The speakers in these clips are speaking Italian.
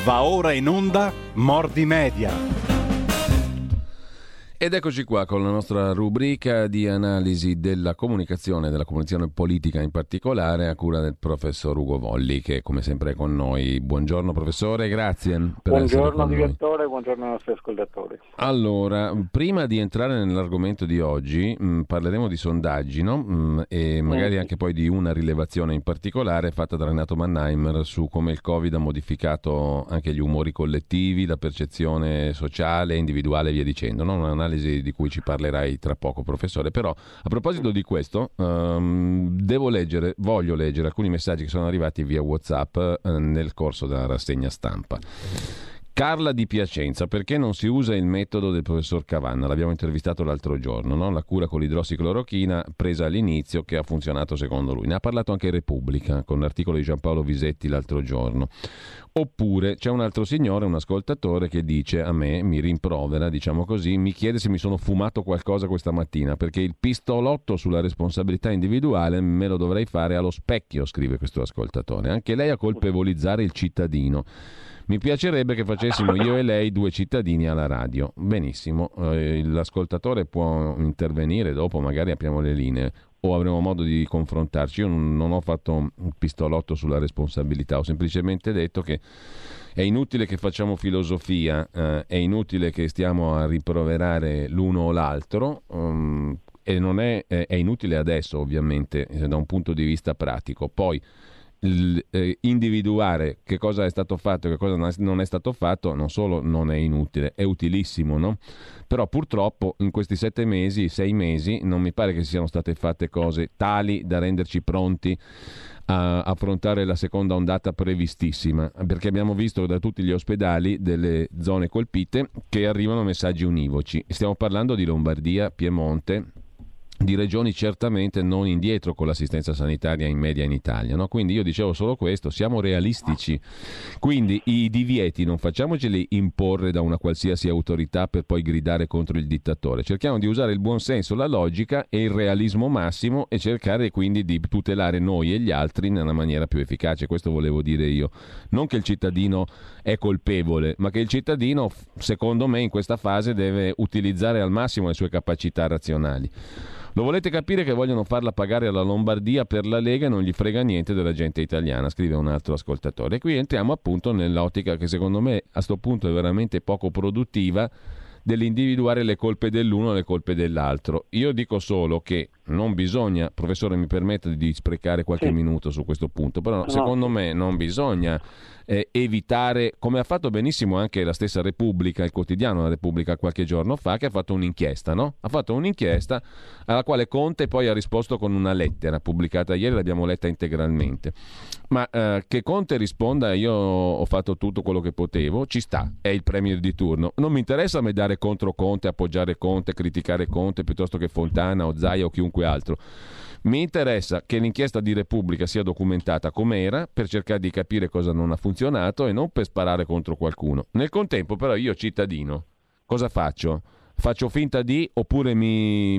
Va ora in onda Mordi Media. Ed eccoci qua con la nostra rubrica di analisi della comunicazione politica in particolare, a cura del professor Ugo Volli, che come sempre è con noi. Buongiorno professore, grazie per essere con noi. Direttore, buongiorno ai nostri ascoltatori. Allora, prima di entrare nell'argomento di oggi, parleremo di sondaggi, no? E magari anche poi di una rilevazione in particolare fatta da Renato Mannheimer su come il Covid ha modificato anche gli umori collettivi, la percezione sociale, individuale e via dicendo, no? Un'analisi di cui ci parlerai tra poco, professore. Però a proposito di questo voglio leggere alcuni messaggi che sono arrivati via WhatsApp nel corso della rassegna stampa. Carla di Piacenza: perché non si usa il metodo del professor Cavanna? L'abbiamo intervistato l'altro giorno, no? La cura con l'idrossiclorochina presa all'inizio, che ha funzionato secondo lui. Ne ha parlato anche Repubblica con l'articolo di Giampaolo Visetti l'altro giorno. Oppure c'è un altro signore, un ascoltatore, che dice a me, mi rimprovera, diciamo così, mi chiede se mi sono fumato qualcosa questa mattina, perché il pistolotto sulla responsabilità individuale me lo dovrei fare allo specchio, scrive questo ascoltatore. Anche lei a colpevolizzare il cittadino. Mi piacerebbe che facessimo io e lei due cittadini alla radio. Benissimo, l'ascoltatore può intervenire dopo, magari apriamo le linee o avremo modo di confrontarci. Io non ho fatto un pistolotto sulla responsabilità, ho semplicemente detto che è inutile che facciamo filosofia, è inutile che stiamo a rimproverare l'uno o l'altro, e non è inutile adesso, ovviamente, da un punto di vista pratico. Poi individuare che cosa è stato fatto e che cosa non è stato fatto non solo non è inutile, è utilissimo, no? Però purtroppo in questi 6 mesi non mi pare che siano state fatte cose tali da renderci pronti a affrontare la seconda ondata previstissima, perché abbiamo visto da tutti gli ospedali delle zone colpite che arrivano messaggi univoci. Stiamo parlando di Lombardia, Piemonte, di regioni certamente non indietro con l'assistenza sanitaria in media in Italia, no? Quindi io dicevo solo questo, siamo realistici. Quindi i divieti non facciamoceli imporre da una qualsiasi autorità per poi gridare contro il dittatore. Cerchiamo di usare il buonsenso, la logica e il realismo massimo e cercare quindi di tutelare noi e gli altri nella maniera più efficace. Questo volevo dire io. Non che il cittadino è colpevole, ma che il cittadino, secondo me, in questa fase deve utilizzare al massimo le sue capacità razionali. Lo volete capire che vogliono farla pagare alla Lombardia per la Lega e non gli frega niente della gente italiana, scrive un altro ascoltatore. E qui entriamo appunto nell'ottica che secondo me a sto punto è veramente poco produttiva, dell'individuare le colpe dell'uno e le colpe dell'altro. Io dico solo che non bisogna, professore mi permette di sprecare qualche minuto su questo punto, però secondo me non bisogna evitare, come ha fatto benissimo anche la stessa Repubblica, il quotidiano La Repubblica qualche giorno fa, che ha fatto un'inchiesta, no? Ha fatto un'inchiesta alla quale Conte poi ha risposto con una lettera pubblicata ieri, l'abbiamo letta integralmente. Ma che Conte risponda io ho fatto tutto quello che potevo, ci sta, è il premier di turno. Non mi interessa a me dare contro Conte, appoggiare Conte, criticare Conte piuttosto che Fontana o Zaia o chiunque altro. Mi interessa che l'inchiesta di Repubblica sia documentata com'era per cercare di capire cosa non ha funzionato e non per sparare contro qualcuno. Nel contempo però io cittadino cosa faccio? Faccio finta di, oppure mi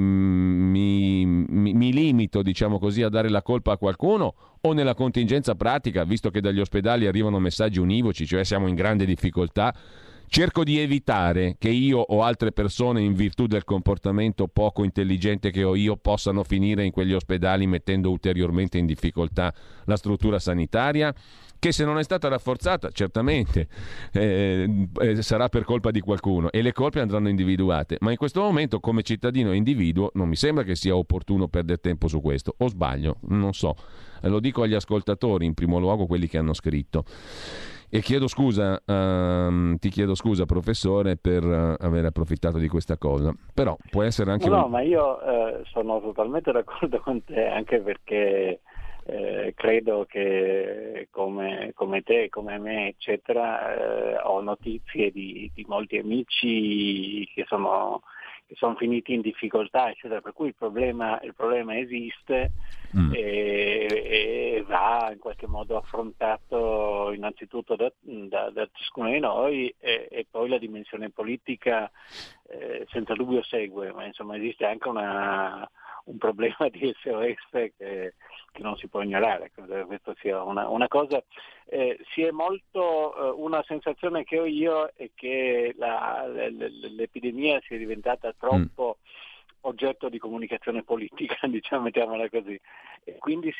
limito, diciamo così, a dare la colpa a qualcuno, o nella contingenza pratica, visto che dagli ospedali arrivano messaggi univoci, cioè siamo in grande difficoltà, cerco di evitare che io o altre persone, in virtù del comportamento poco intelligente che ho io, possano finire in quegli ospedali mettendo ulteriormente in difficoltà la struttura sanitaria, che se non è stata rafforzata certamente sarà per colpa di qualcuno e le colpe andranno individuate, ma in questo momento come cittadino e individuo non mi sembra che sia opportuno perdere tempo su questo, o sbaglio, non so, lo dico agli ascoltatori, in primo luogo quelli che hanno scritto. E chiedo scusa, ti chiedo scusa professore per aver approfittato di questa cosa, però può essere anche... No, ma io sono totalmente d'accordo con te, anche perché credo che come te, come me, eccetera, ho notizie di molti amici che sono finiti in difficoltà, eccetera, per cui il problema esiste e va in qualche modo affrontato innanzitutto da ciascuno di noi e poi la dimensione politica senza dubbio segue, ma insomma esiste anche un problema di SOS si può ignorare. Credo che questo sia una cosa. Si è molto una sensazione che ho io è che l'epidemia sia diventata troppo oggetto di comunicazione politica, diciamo, mettiamola così, e quindi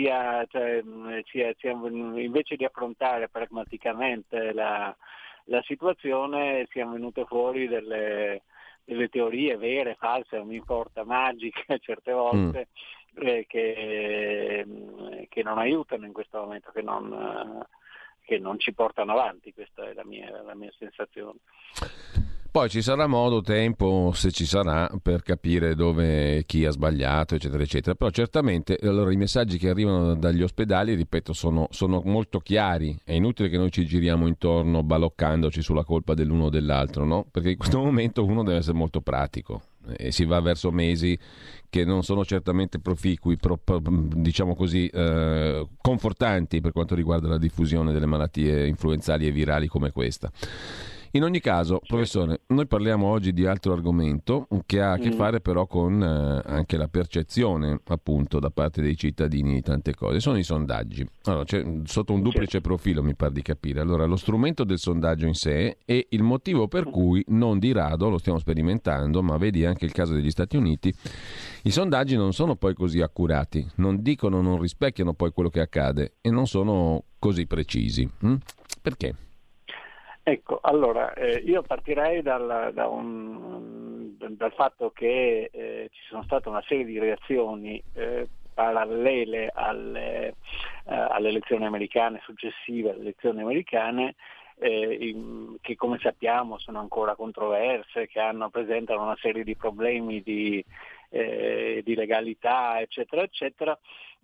invece di affrontare pragmaticamente la situazione, siano venute fuori delle teorie vere, false, non mi importa, magiche certe volte, che non aiutano in questo momento, che non ci portano avanti. Questa è la mia sensazione. Poi ci sarà modo, tempo, se ci sarà, per capire dove chi ha sbagliato, eccetera, eccetera. Però certamente allora, i messaggi che arrivano dagli ospedali, ripeto, sono molto chiari. È inutile che noi ci giriamo intorno baloccandoci sulla colpa dell'uno o dell'altro, no? Perché in questo momento uno deve essere molto pratico e si va verso mesi che non sono certamente proficui, diciamo così, confortanti per quanto riguarda la diffusione delle malattie influenzali e virali come questa. In ogni caso, professore, noi parliamo oggi di altro argomento che ha a che fare però con anche la percezione, appunto, da parte dei cittadini di tante cose. Sono i sondaggi. Allora, c'è sotto un duplice profilo, mi pare di capire. Allora, lo strumento del sondaggio in sé e il motivo per cui non di rado, lo stiamo sperimentando, ma vedi anche il caso degli Stati Uniti, i sondaggi non sono poi così accurati, non dicono, non rispecchiano poi quello che accade e non sono così precisi. Perché? Ecco, allora io partirei dal fatto che ci sono state una serie di reazioni parallele alle elezioni americane, successive alle elezioni americane, che come sappiamo sono ancora controverse, che presentano una serie di problemi di legalità, eccetera, eccetera.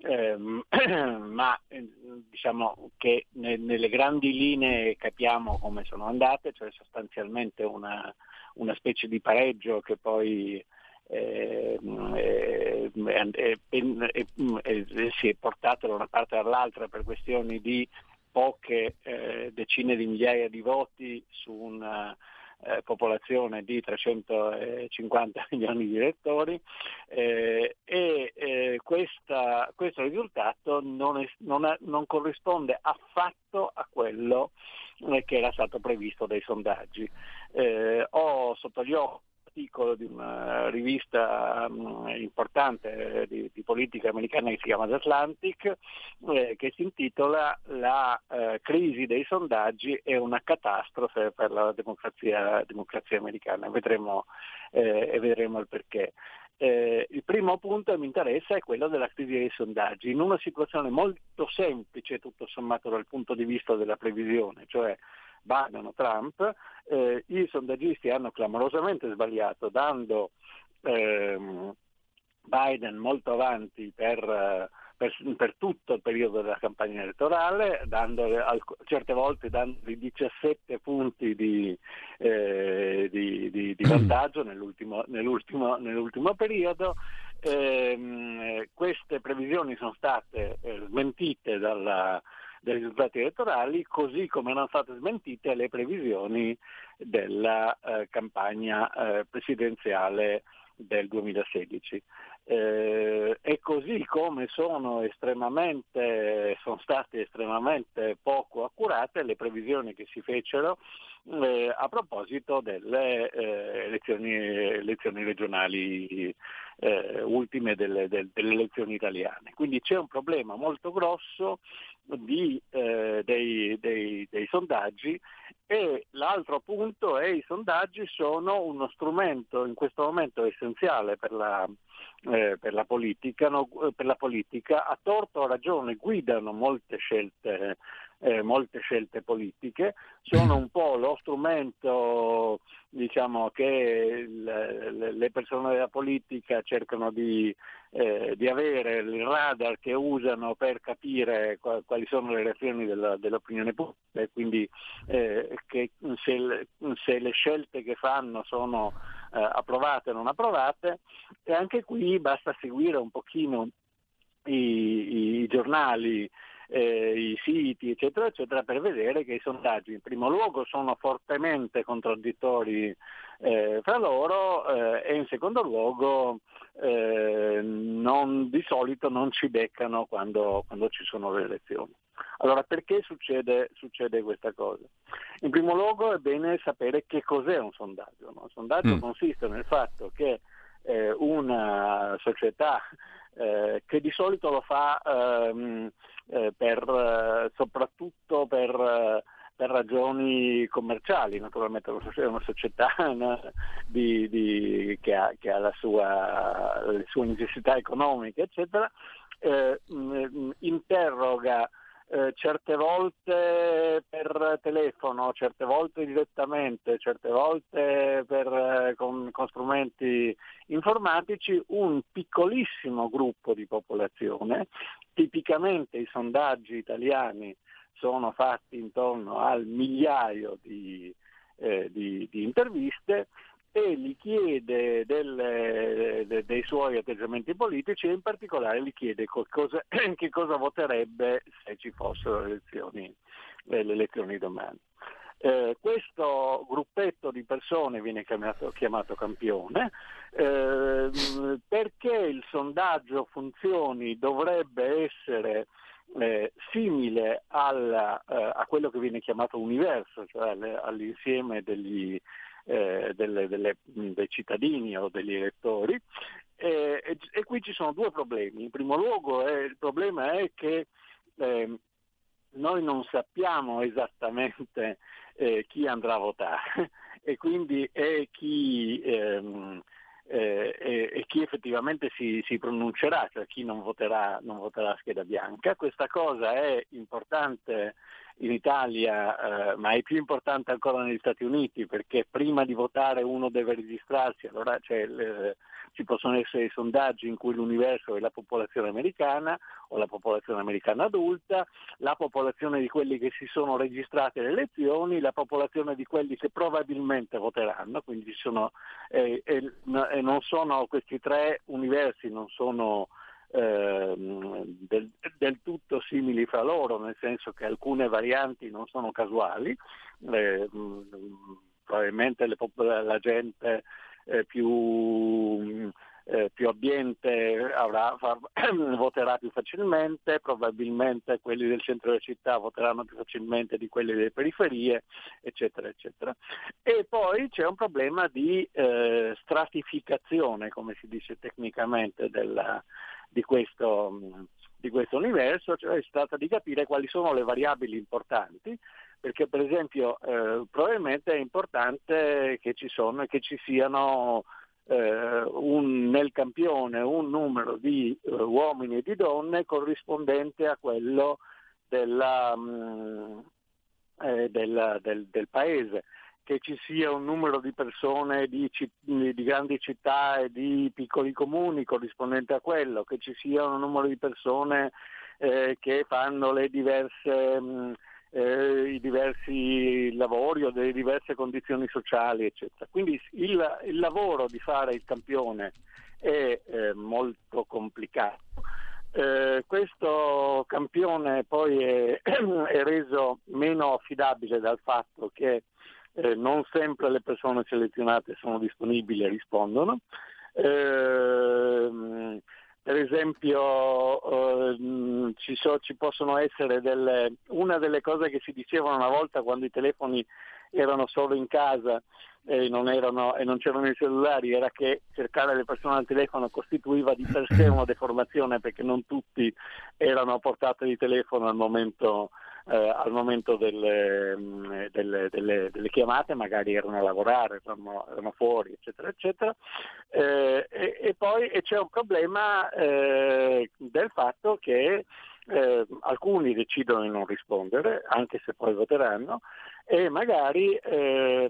Ma diciamo che nelle grandi linee capiamo come sono andate, cioè sostanzialmente una specie di pareggio che poi si è portato da una parte all'altra per questioni di poche decine di migliaia di voti su una popolazione di 350 milioni di elettori, questo risultato non corrisponde affatto a quello che era stato previsto dai sondaggi. Ho sotto gli occhi articolo di una rivista importante di politica americana che si chiama The Atlantic, che si intitola La crisi dei sondaggi è una catastrofe per la democrazia americana. Vedremo il perché. Il primo punto che mi interessa è quello della crisi dei sondaggi, in una situazione molto semplice tutto sommato dal punto di vista della previsione, cioè Biden o Trump. I sondaggisti hanno clamorosamente sbagliato, dando Biden molto avanti per tutto il periodo della campagna elettorale, certe volte dandogli 17 punti di vantaggio nell'ultimo periodo. Queste previsioni sono state smentite dai risultati elettorali, così come erano state smentite le previsioni della campagna presidenziale del 2016. E così come sono state estremamente poco accurate le previsioni che si fecero a proposito delle elezioni regionali ultime delle elezioni italiane. Quindi c'è un problema molto grosso dei sondaggi, e l'altro punto è: i sondaggi sono uno strumento in questo momento essenziale per la politica, a torto o a ragione guidano molte scelte politiche, sono un po' lo strumento, diciamo, che le persone della politica cercano di avere, il radar che usano per capire quali sono le reazioni dell'opinione pubblica, e quindi che se le scelte che fanno sono approvate o non approvate. E anche qui basta seguire un pochino i giornali i siti, eccetera, eccetera, per vedere che i sondaggi in primo luogo sono fortemente contraddittori fra loro e in secondo luogo di solito non ci beccano quando ci sono le elezioni. Allora, perché succede questa cosa? In primo luogo è bene sapere che cos'è un sondaggio, no? Un sondaggio consiste nel fatto che una società che di solito lo fa soprattutto per ragioni commerciali, naturalmente è una società che ha le sue necessità economiche, eccetera, interroga certe volte per telefono, certe volte direttamente, certe volte con strumenti informatici un piccolissimo gruppo di popolazione. Tipicamente i sondaggi italiani sono fatti intorno al migliaio di interviste e gli chiede dei suoi atteggiamenti politici e in particolare gli chiede che cosa voterebbe se ci fossero le elezioni domani. Questo gruppetto di persone viene chiamato campione, perché il sondaggio funzioni dovrebbe essere simile a quello che viene chiamato universo, cioè all'insieme dei cittadini o degli elettori, e qui ci sono due problemi. In primo luogo il problema è che noi non sappiamo esattamente chi andrà a votare e quindi chi effettivamente si pronuncerà, cioè chi non voterà a scheda bianca. Questa cosa è importante in Italia, ma è più importante ancora negli Stati Uniti, perché prima di votare uno deve registrarsi, allora ci possono essere sondaggi in cui l'universo è la popolazione americana o la popolazione americana adulta, la popolazione di quelli che si sono registrati alle elezioni, la popolazione di quelli che probabilmente voteranno, quindi non sono questi tre universi, non sono del tutto simili fra loro, nel senso che alcune varianti non sono casuali, probabilmente la gente più abbiente voterà più facilmente, probabilmente quelli del centro della città voteranno più facilmente di quelli delle periferie, eccetera, eccetera. E poi c'è un problema di stratificazione, come si dice tecnicamente, di questo universo, cioè si tratta di capire quali sono le variabili importanti, perché per esempio probabilmente è importante che ci siano nel campione un numero di uomini e di donne corrispondente a quello del paese, che ci sia un numero di persone di grandi città e di piccoli comuni corrispondente a quello, che ci sia un numero di persone che fanno i diversi lavori o delle diverse condizioni sociali, eccetera. Quindi il lavoro di fare il campione è molto complicato. Questo campione poi è reso meno affidabile dal fatto che non sempre le persone selezionate sono disponibili e rispondono. Per esempio ci possono essere una delle cose che si dicevano una volta quando i telefoni erano solo in casa e non c'erano i cellulari, era che cercare le persone al telefono costituiva di per sé una deformazione, perché non tutti erano a portata di telefono al momento delle chiamate, magari erano a lavorare, erano fuori, eccetera, eccetera. E poi c'è un problema del fatto che alcuni decidono di non rispondere, anche se poi voteranno, e magari c'è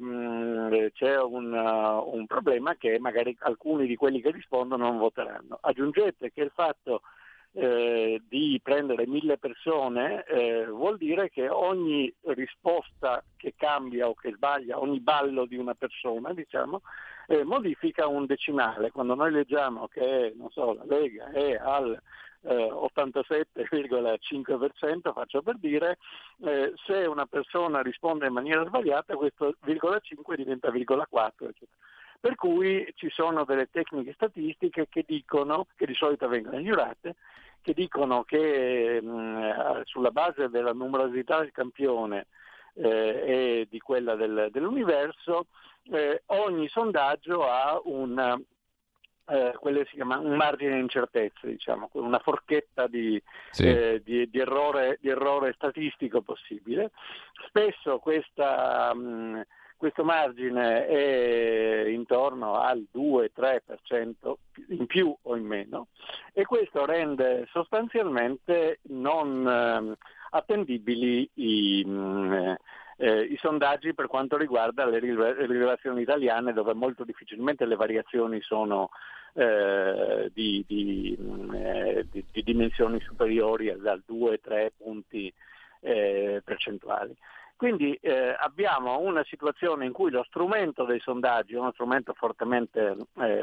un problema che magari alcuni di quelli che rispondono non voteranno. Aggiungete che il fatto di prendere 1000 persone vuol dire che ogni risposta che cambia o che sbaglia, ogni ballo di una persona, diciamo, modifica un decimale. Quando noi leggiamo che, non so, la Lega è al 87,5%, faccio per dire, se una persona risponde in maniera sbagliata questo 0,5 diventa 0,4, eccetera. Per cui ci sono delle tecniche statistiche che dicono, che di solito vengono ignorate, che dicono che sulla base della numerosità del campione e di quella dell'universo, ogni sondaggio ha quello si chiama un margine di incertezza, diciamo, una forchetta di errore statistico possibile. Spesso questo margine è intorno al 2-3% in più o in meno, e questo rende sostanzialmente non attendibili i sondaggi per quanto riguarda le rilevazioni italiane, dove molto difficilmente le variazioni sono di dimensioni superiori dal 2-3 punti percentuali. Quindi abbiamo una situazione in cui lo strumento dei sondaggi è uno strumento fortemente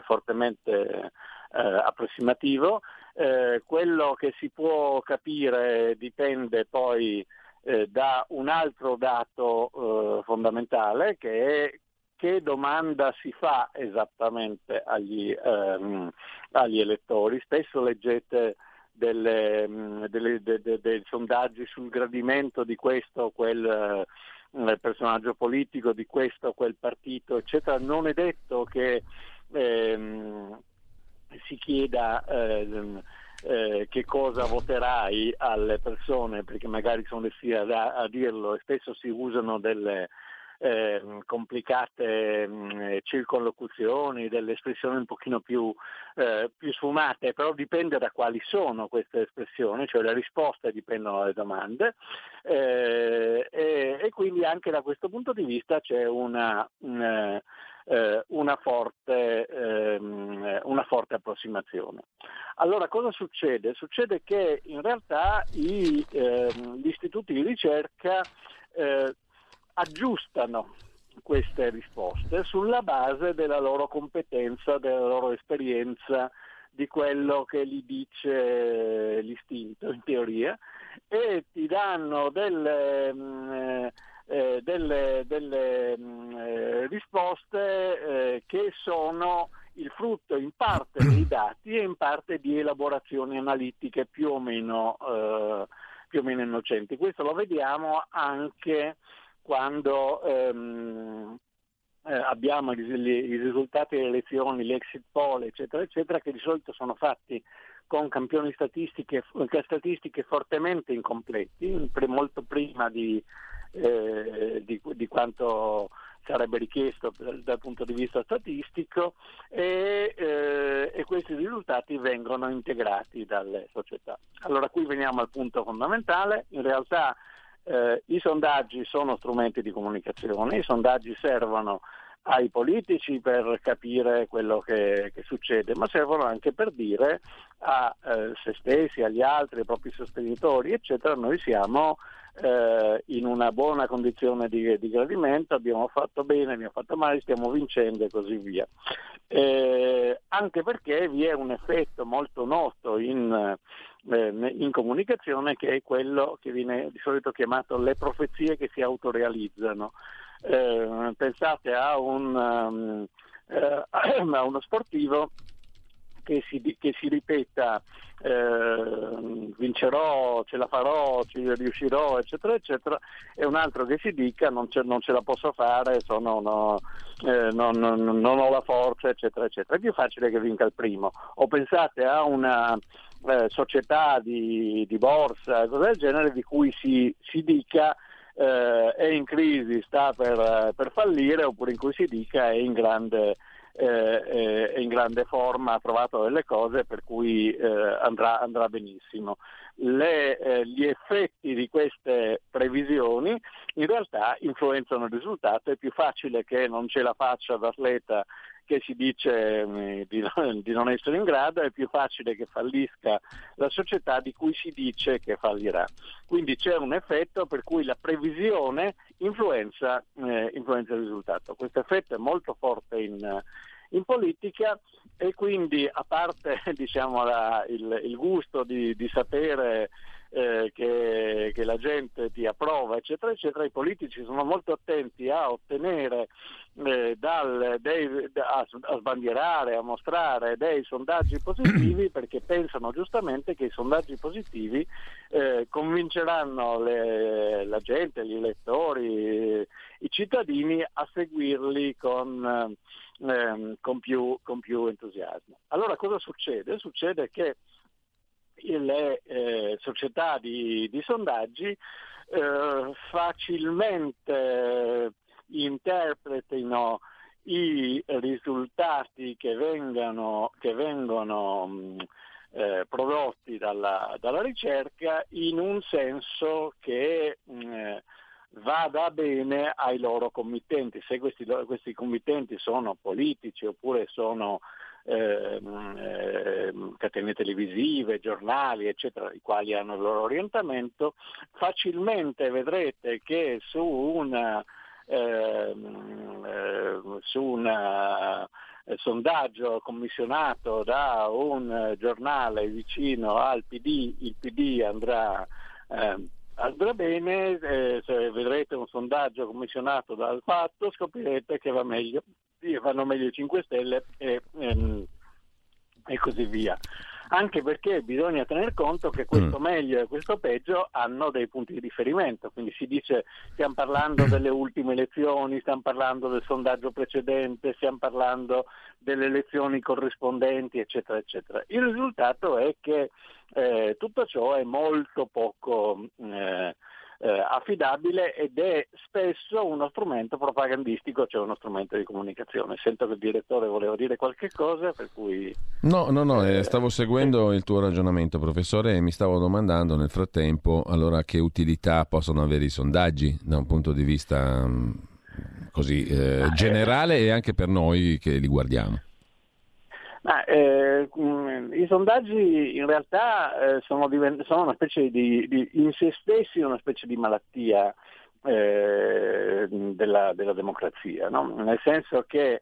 approssimativo. Quello che si può capire dipende poi da un altro dato fondamentale, che è che domanda si fa esattamente agli elettori. Spesso leggete dei sondaggi sul gradimento di questo o quel personaggio politico, di questo o quel partito, eccetera. Non è detto che si chieda che cosa voterai alle persone, perché magari sono riusciti a dirlo, e spesso si usano delle complicate circonlocuzioni, delle espressioni un pochino più sfumate, però dipende da quali sono queste espressioni, cioè le risposte dipendono dalle domande, e quindi anche da questo punto di vista c'è una forte approssimazione. Allora cosa succede? Succede che in realtà gli istituti di ricerca aggiustano queste risposte sulla base della loro competenza, della loro esperienza, di quello che gli dice l'istinto in teoria, e ti danno delle risposte che sono il frutto in parte dei dati e in parte di elaborazioni analitiche più o meno innocenti. Questo lo vediamo anche quando abbiamo i risultati delle elezioni, gli exit poll, eccetera, eccetera, che di solito sono fatti con campioni statistiche fortemente incompleti, molto prima di quanto sarebbe richiesto dal punto di vista statistico, e questi risultati vengono integrati dalle società. Allora qui veniamo al punto fondamentale. In realtà i sondaggi sono strumenti di comunicazione, i sondaggi servono ai politici per capire quello che succede, ma servono anche per dire a se stessi, agli altri, ai propri sostenitori, eccetera, noi siamo in una buona condizione di gradimento, abbiamo fatto bene, abbiamo fatto male, stiamo vincendo e così via. Anche perché vi è un effetto molto noto in comunicazione, che è quello che viene di solito chiamato le profezie che si autorealizzano. Pensate a uno sportivo che si ripeta vincerò, ce la farò, ci riuscirò, eccetera, eccetera, e un altro che si dica non ce la posso fare, non ho la forza, eccetera, eccetera. È più facile che vinca il primo. O pensate a una società di borsa, cose del genere, di cui si dica è in crisi, sta per fallire, oppure in cui si dica è in grande forma, ha trovato delle cose per cui andrà benissimo. Gli effetti di queste previsioni in realtà influenzano il risultato. È più facile che non ce la faccia l'atleta che si dice di non essere in grado, è più facile che fallisca la società di cui si dice che fallirà. Quindi c'è un effetto per cui la previsione influenza il risultato. Questo effetto è molto forte in in politica, e quindi, a parte diciamo il gusto di sapere che la gente ti approva, eccetera eccetera, i politici sono molto attenti a ottenere a sbandierare, a mostrare dei sondaggi positivi, perché pensano giustamente che i sondaggi positivi convinceranno la gente, gli elettori, i cittadini a seguirli con più entusiasmo. Allora cosa succede? Succede che le società di sondaggi facilmente interpretino i risultati che vengono prodotti dalla ricerca in un senso che vada bene ai loro committenti. Se questi committenti sono politici oppure sono catene televisive, giornali, eccetera, i quali hanno il loro orientamento, facilmente vedrete che su un sondaggio commissionato da un giornale vicino al PD, il PD andrà bene. Se vedrete un sondaggio commissionato dal Fatto, scoprirete che vanno meglio i 5 Stelle e così via. Anche perché bisogna tener conto che questo meglio e questo peggio hanno dei punti di riferimento, quindi si dice stiamo parlando delle ultime elezioni, stiamo parlando del sondaggio precedente, stiamo parlando delle elezioni corrispondenti, eccetera eccetera. Il risultato è che tutto ciò è molto poco affidabile ed è spesso uno strumento propagandistico, cioè uno strumento di comunicazione. Sento che il direttore voleva dire qualche cosa, per cui... No, stavo seguendo il tuo ragionamento, professore, e mi stavo domandando nel frattempo allora che utilità possono avere i sondaggi da un punto di vista così generale e anche per noi che li guardiamo. I sondaggi in realtà sono una specie in se stessi una specie di malattia della democrazia, no? Nel senso che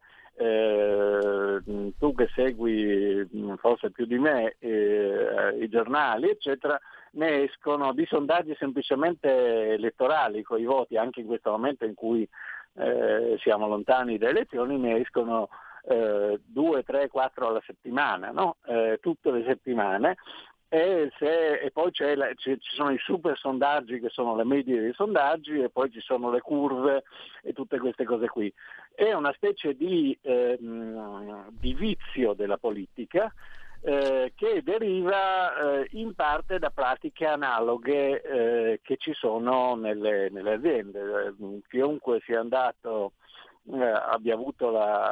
tu che segui forse più di me i giornali, eccetera, ne escono di sondaggi semplicemente elettorali con i voti, anche in questo momento in cui siamo lontani da elezioni, ne escono 2, 3, 4 alla settimana, no? Tutte le settimane, e poi ci sono i super sondaggi che sono le medie dei sondaggi, e poi ci sono le curve e tutte queste cose qui. È una specie di vizio della politica che deriva in parte da pratiche analoghe che ci sono nelle aziende. Chiunque sia andato abbia avuto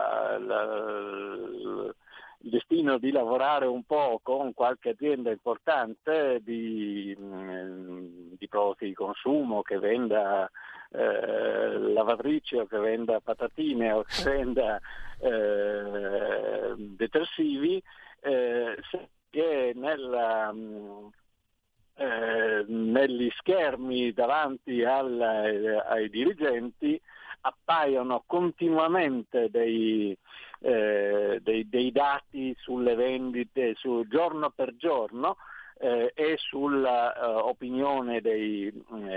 il destino di lavorare un po' con qualche azienda importante di prodotti di consumo, che venda lavatrici o che venda patatine o che venda detersivi, che negli schermi davanti ai dirigenti appaiono continuamente dei dati sulle vendite giorno per giorno e sulla opinione dei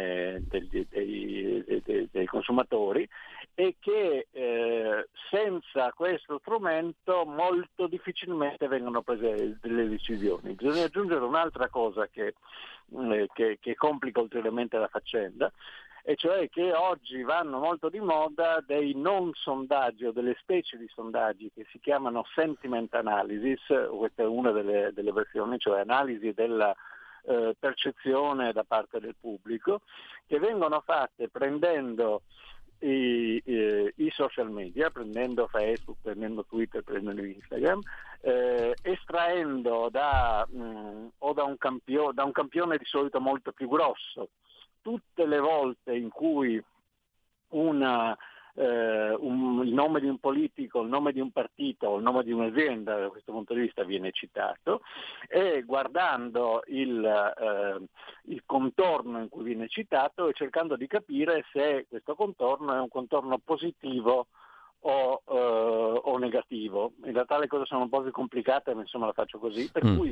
consumatori, e che senza questo strumento molto difficilmente vengono prese delle decisioni. Bisogna aggiungere un'altra cosa che complica ulteriormente la faccenda, e cioè che oggi vanno molto di moda dei non sondaggi o delle specie di sondaggi che si chiamano sentiment analysis. Questa è una delle versioni, cioè analisi della percezione da parte del pubblico, che vengono fatte prendendo i social media, prendendo Facebook, prendendo Twitter, prendendo Instagram, estraendo da un campione di solito molto più grosso. Tutte le volte in cui il nome di un politico, il nome di un partito, il nome di un'azienda da questo punto di vista viene citato, e guardando il contorno in cui viene citato e cercando di capire se questo contorno è un contorno positivo o negativo. In realtà le cose sono un po' più complicate, ma insomma la faccio così. Per cui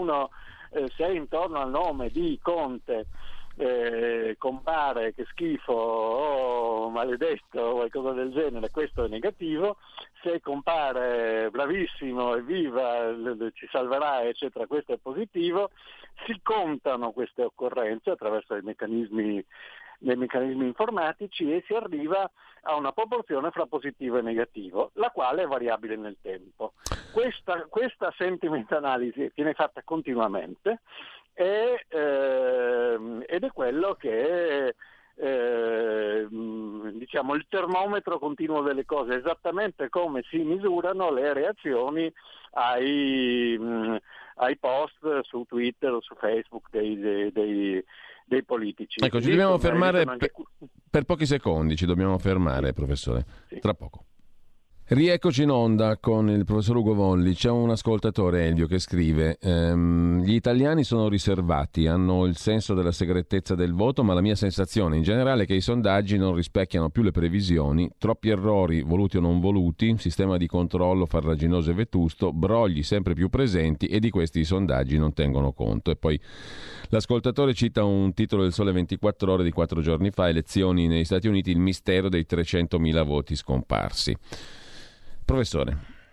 se intorno al nome di Conte compare che schifo o maledetto o qualcosa del genere, questo è negativo. Se compare bravissimo, evviva, ci salverà, eccetera, questo è positivo. Si contano queste occorrenze attraverso dei meccanismi informatici e si arriva a una proporzione fra positivo e negativo, la quale è variabile nel tempo. Questa sentiment analisi viene fatta continuamente ed è quello che è diciamo il termometro continuo delle cose, esattamente come si misurano le reazioni ai post su Twitter o su Facebook dei politici. Ecco, ci dobbiamo fermare per pochi secondi, professore, sì. Tra poco. Rieccoci in onda con il professor Ugo Volli. C'è un ascoltatore, Elvio, che scrive: gli italiani sono riservati, hanno il senso della segretezza del voto, ma la mia sensazione in generale è che i sondaggi non rispecchiano più le previsioni, troppi errori voluti o non voluti, sistema di controllo farraginoso e vetusto, brogli sempre più presenti, e di questi i sondaggi non tengono conto. E poi l'ascoltatore cita un titolo del Sole 24 Ore di 4 giorni fa: elezioni negli Stati Uniti, il mistero dei 300.000 voti scomparsi. Professore.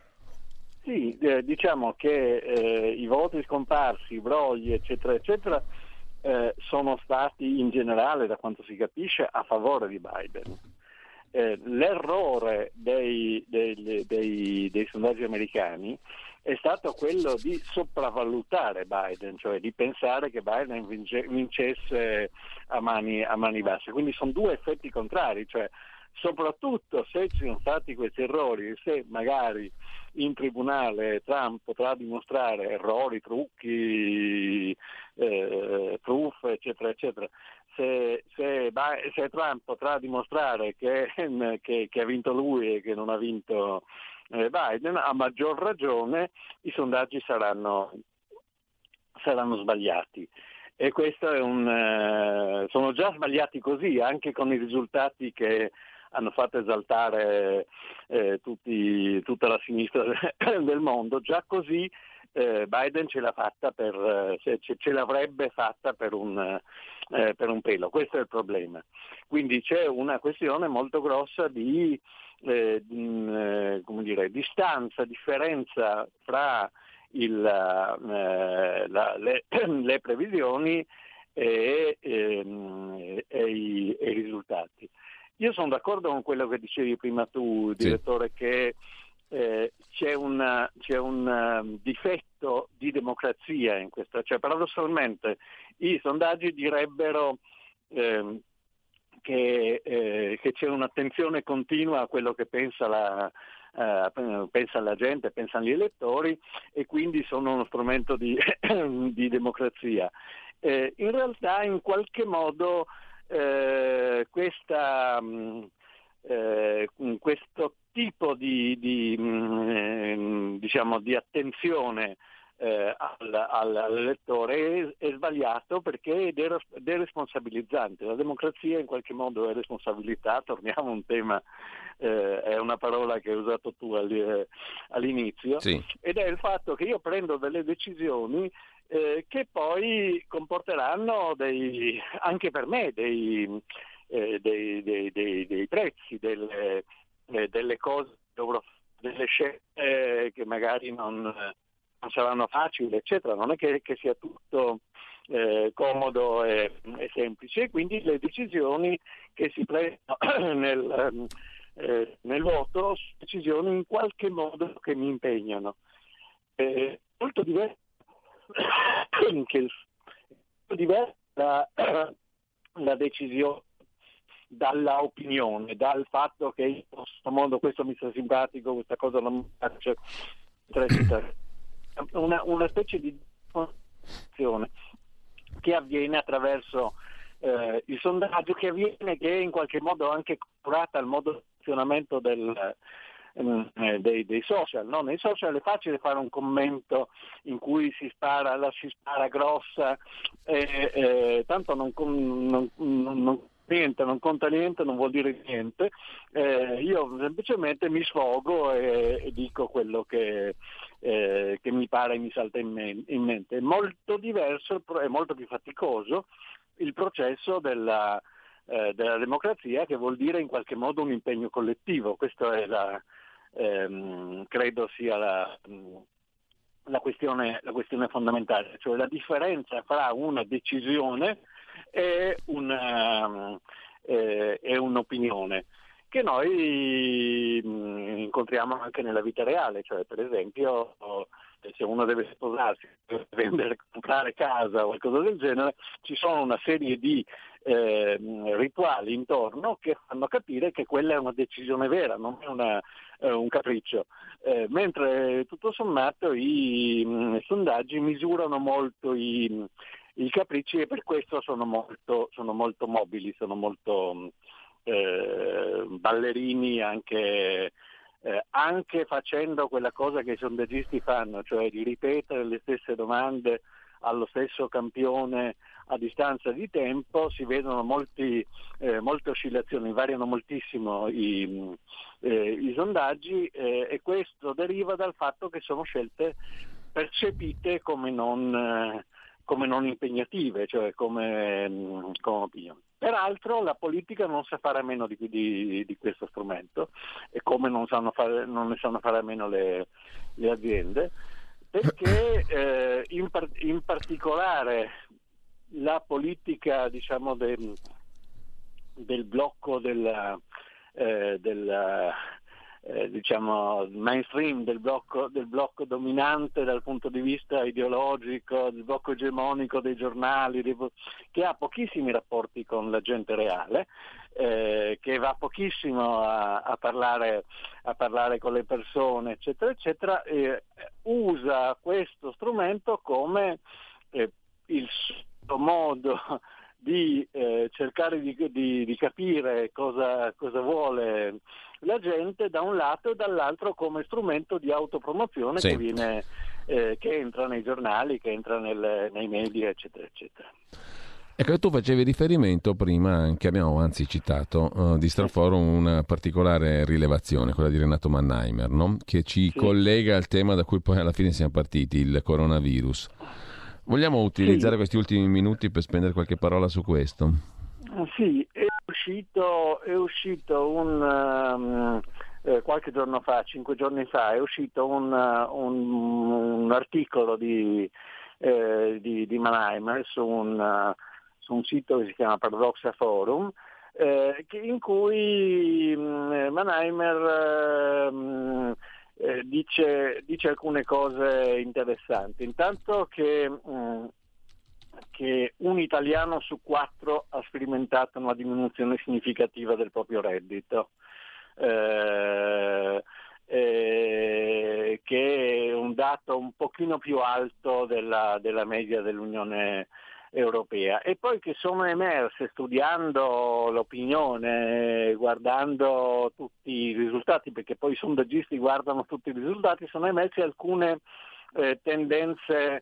Sì, diciamo che i voti scomparsi, i brogli, eccetera, eccetera, sono stati in generale, da quanto si capisce, a favore di Biden. L'errore dei sondaggi americani è stato quello di sopravvalutare Biden, cioè di pensare che Biden vincesse a mani basse. Quindi sono due effetti contrari, cioè soprattutto se ci sono stati questi errori, se magari in tribunale Trump potrà dimostrare errori, trucchi, truffe, eccetera, eccetera, se Trump potrà dimostrare che ha vinto lui e che non ha vinto Biden, a maggior ragione i sondaggi saranno sbagliati. E questo sono già sbagliati così, anche con i risultati che hanno fatto esaltare tutta la sinistra del mondo. Già così Biden ce l'avrebbe fatta per un pelo. Questo è il problema. Quindi c'è una questione molto grossa di distanza, differenza fra le previsioni e i risultati. Io sono d'accordo con quello che dicevi prima tu, direttore, sì, che c'è un difetto di democrazia in questa, cioè paradossalmente i sondaggi direbbero che c'è un'attenzione continua a quello che pensa la gente, pensano gli elettori, e quindi sono uno strumento di democrazia. In realtà in qualche modo questo tipo di attenzione all'elettore è sbagliato, perché è deresponsabilizzante. La democrazia in qualche modo è responsabilità. Torniamo a un tema, è una parola che hai usato tu all'inizio, sì, ed è il fatto che io prendo delle decisioni che poi comporteranno anche per me dei prezzi, delle cose, delle scelte che magari non saranno facili, eccetera. Non è che sia tutto comodo e semplice, e quindi le decisioni che si prendono nel voto sono decisioni in qualche modo che mi impegnano. Molto diverso la decisione dalla opinione, dal fatto che in questo modo questo mi sta simpatico, questa cosa non mi piace, eccetera. Una specie di funzione che avviene attraverso il sondaggio, che è in qualche modo anche curata al modo di funzionamento dei social, no? Nei social è facile fare un commento in cui si spara grossa, tanto non niente, non conta niente, non vuol dire niente, io semplicemente mi sfogo e dico quello che mi pare e mi salta in mente. È molto diverso e molto più faticoso il processo della democrazia, che vuol dire in qualche modo un impegno collettivo. Questo è credo sia la questione fondamentale, cioè la differenza fra una decisione e un'opinione che noi incontriamo anche nella vita reale, cioè per esempio se uno deve sposarsi, deve comprare casa o qualcosa del genere, ci sono una serie di rituali intorno che fanno capire che quella è una decisione vera, non è un capriccio, mentre tutto sommato i sondaggi misurano molto i capricci e per questo sono molto mobili, sono molto ballerini, anche facendo quella cosa che i sondaggisti fanno, cioè di ripetere le stesse domande allo stesso campione a distanza di tempo. Si vedono molte oscillazioni, variano moltissimo i sondaggi, e questo deriva dal fatto che sono scelte percepite come non impegnative, cioè come opinione. Peraltro la politica non sa fare a meno di questo strumento, e come non ne sanno fare a meno le aziende, perché in particolare la politica, diciamo, del blocco diciamo mainstream, del blocco dominante dal punto di vista ideologico, del blocco egemonico dei giornali, che ha pochissimi rapporti con la gente reale, che va pochissimo a parlare con le persone, eccetera eccetera, usa questo strumento come il suo modo di cercare di capire cosa vuole la gente da un lato, e dall'altro come strumento di autopromozione, sì, che entra nei giornali, che entra nei media, eccetera eccetera. Ecco, tu facevi riferimento prima, che abbiamo anzi citato, di Straforum, una particolare rilevazione, quella di Renato Mannheimer, no? Che ci collega al tema da cui poi alla fine siamo partiti, il coronavirus. Vogliamo utilizzare questi ultimi minuti per spendere qualche parola su questo? Sì, è uscito qualche giorno fa, 5 giorni fa, è uscito un articolo di Mannheimer su un sito che si chiama Paradoxa Forum, in cui Mannheimer dice alcune cose interessanti. Intanto che un italiano su 4 ha sperimentato una diminuzione significativa del proprio reddito, che è un dato un pochino più alto della media dell'Unione Europea, e poi che sono emerse, studiando l'opinione, guardando tutti i risultati, perché poi i sondaggisti guardano tutti i risultati, sono emerse alcune tendenze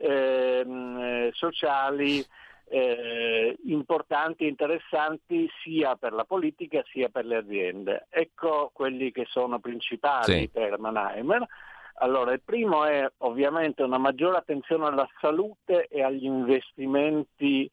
sociali importanti e interessanti sia per la politica sia per le aziende. Ecco quelli che sono principali per Mannheimer. Allora, il primo è ovviamente una maggiore attenzione alla salute e agli investimenti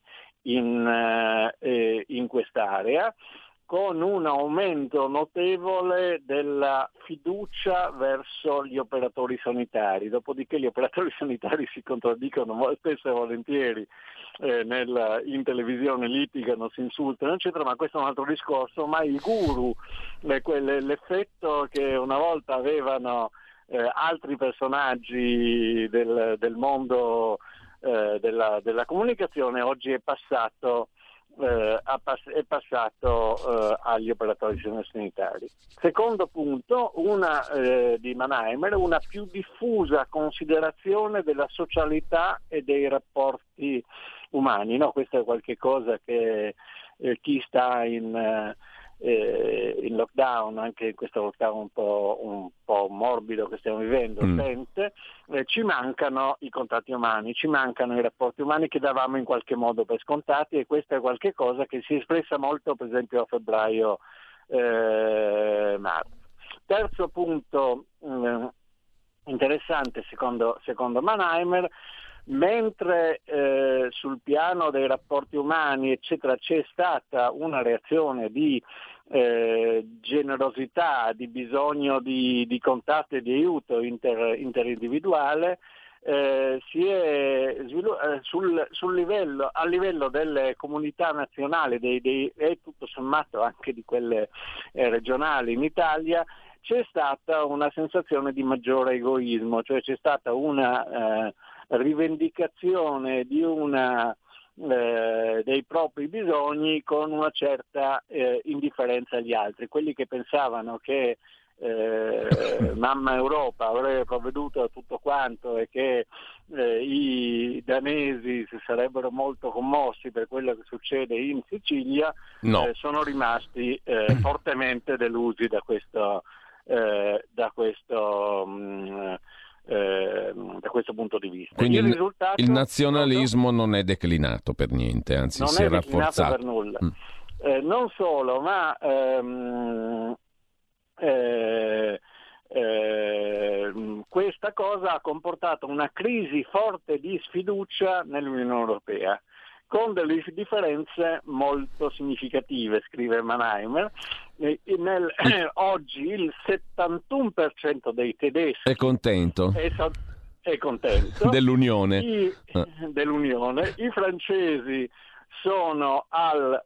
in quest'area, con un aumento notevole della fiducia verso gli operatori sanitari. Dopodiché gli operatori sanitari si contraddicono spesso e volentieri, in televisione litigano, si insultano, eccetera, ma questo è un altro discorso. Ma i guru, l'effetto che una volta avevano altri personaggi del mondo della comunicazione, oggi è passato agli operatori sanitari. Secondo punto, di Mannheimer, una più diffusa considerazione della socialità e dei rapporti umani. No, questo è qualche cosa che chi sta in in lockdown, anche in questo lockdown un po' morbido che stiamo vivendo, ci mancano i contatti umani, ci mancano i rapporti umani che davamo in qualche modo per scontati, e questo è qualche cosa che si è espressa molto per esempio a febbraio, marzo. Terzo punto interessante secondo Mannheimer: mentre sul piano dei rapporti umani eccetera c'è stata una reazione di generosità, di bisogno di contatto e di aiuto interindividuale, si è a livello delle comunità nazionali e tutto sommato anche di quelle regionali in Italia, c'è stata una sensazione di maggiore egoismo, cioè c'è stata una rivendicazione di dei propri bisogni con una certa indifferenza agli altri. Quelli che pensavano che mamma Europa avrebbe provveduto a tutto quanto e che i danesi si sarebbero molto commossi per quello che succede in Sicilia, sono rimasti fortemente delusi da questo punto di vista. Quindi il nazionalismo non è declinato per niente, anzi si è rafforzato. Per nulla. Non solo, ma questa cosa ha comportato una crisi forte di sfiducia nell'Unione Europea, con delle differenze molto significative, scrive Mannheimer. Oggi il 71% dei tedeschi è contento dell'Unione. I francesi sono al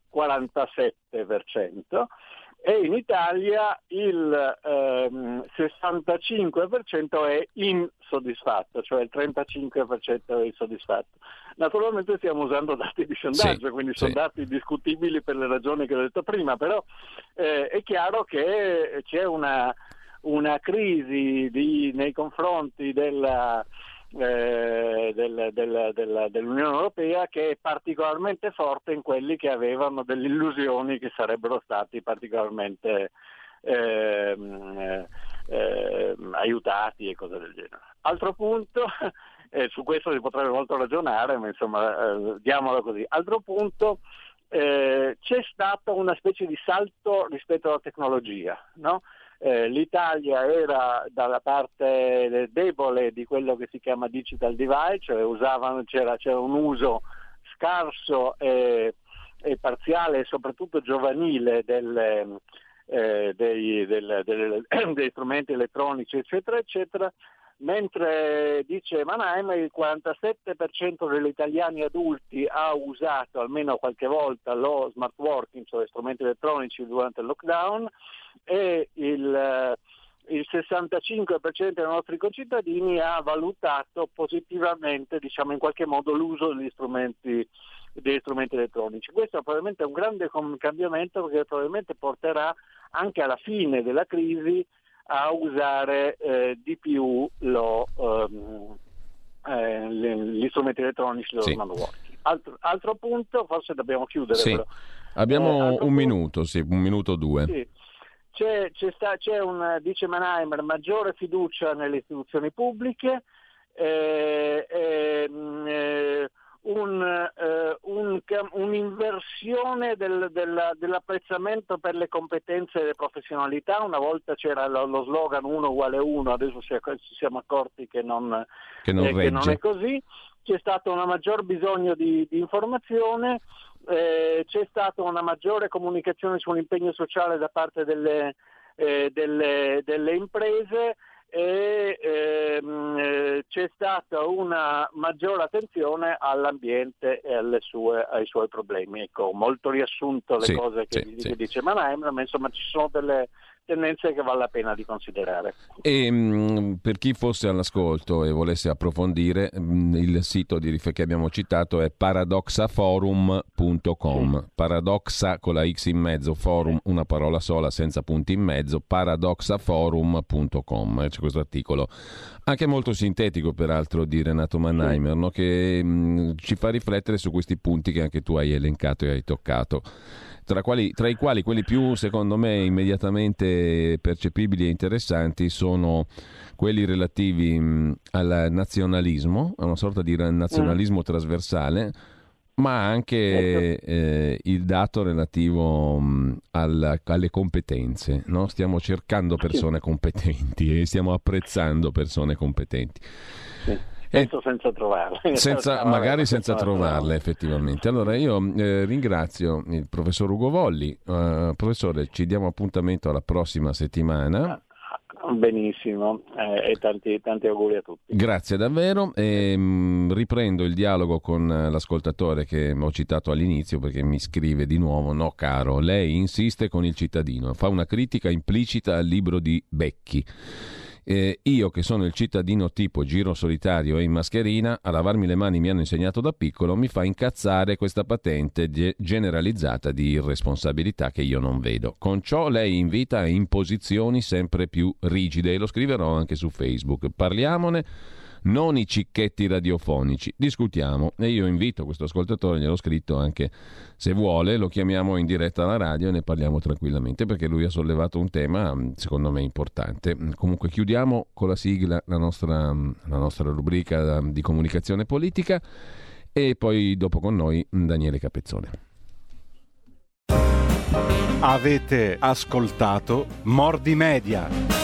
47%, e in Italia il 65% è insoddisfatto, cioè il 35% è insoddisfatto. Naturalmente stiamo usando dati di sondaggio, quindi sono dati discutibili per le ragioni che ho detto prima, però è chiaro che c'è una crisi nei confronti dell'Unione Europea che è particolarmente forte in quelli che avevano delle illusioni che sarebbero stati particolarmente aiutati e cose del genere. Altro punto, su questo si potrebbe molto ragionare, ma insomma diamolo così. Altro punto, c'è stato una specie di salto rispetto alla tecnologia, no? L'Italia era dalla parte debole di quello che si chiama digital divide, cioè c'era un uso scarso e parziale e soprattutto giovanile dei strumenti elettronici eccetera eccetera, mentre dice Mannheimer il 47% degli italiani adulti ha usato almeno qualche volta lo smart working, cioè strumenti elettronici durante il lockdown, e il 65% dei nostri concittadini ha valutato positivamente, diciamo in qualche modo, l'uso degli strumenti elettronici. Questo probabilmente è un grande cambiamento, perché probabilmente porterà anche alla fine della crisi a usare di più gli strumenti elettronici dello smart working. Altro punto, forse dobbiamo chiudere. Sì. Però. Abbiamo un minuto, un minuto o due. Sì. C'è dice Mannheimer, maggiore fiducia nelle istituzioni pubbliche, un'inversione dell'apprezzamento per le competenze e le professionalità. Una volta c'era lo slogan 1 uguale 1, adesso ci siamo accorti che non è così. C'è stato un maggior bisogno di informazione, c'è stata una maggiore comunicazione sull'impegno sociale da parte delle imprese, e c'è stata una maggiore attenzione all'ambiente e ai suoi problemi. Ecco, molto riassunto le cose che dice Mannheimer, ma insomma ci sono delle tendenze che vale la pena di considerare. E per chi fosse all'ascolto e volesse approfondire, il sito che abbiamo citato è paradoxaforum.com. Paradoxa con la X in mezzo, forum una parola sola senza punti in mezzo, paradoxaforum.com. C'è questo articolo anche molto sintetico peraltro di Renato Mannheimer, no? Che ci fa riflettere su questi punti che anche tu hai elencato e hai toccato. tra i quali quelli più, secondo me, immediatamente percepibili e interessanti sono quelli relativi al nazionalismo, a una sorta di nazionalismo trasversale, ma anche il dato relativo alle competenze, no? Stiamo cercando persone competenti e stiamo apprezzando persone competenti. Senza trovarle. Magari senza trovarle, effettivamente. Allora io ringrazio il professor Ugo Volli. Professore, ci diamo appuntamento alla prossima settimana. Benissimo, e tanti auguri a tutti. Grazie davvero. Riprendo il dialogo con l'ascoltatore che ho citato all'inizio, perché mi scrive di nuovo: no caro, lei insiste con il cittadino, fa una critica implicita al libro di Becchi. Io che sono il cittadino tipo giro solitario e in mascherina, a lavarmi le mani mi hanno insegnato da piccolo, mi fa incazzare questa patente generalizzata di irresponsabilità che io non vedo. Con ciò lei invita a imposizioni sempre più rigide, e lo scriverò anche su Facebook. Parliamone, non i cicchetti radiofonici, discutiamo. E io invito questo ascoltatore, gliel'ho scritto anche, se vuole lo chiamiamo in diretta alla radio e ne parliamo tranquillamente, perché lui ha sollevato un tema secondo me importante. Comunque chiudiamo con la sigla la nostra rubrica di comunicazione politica, e poi dopo con noi Daniele Capezzone. Avete ascoltato Mordi Media.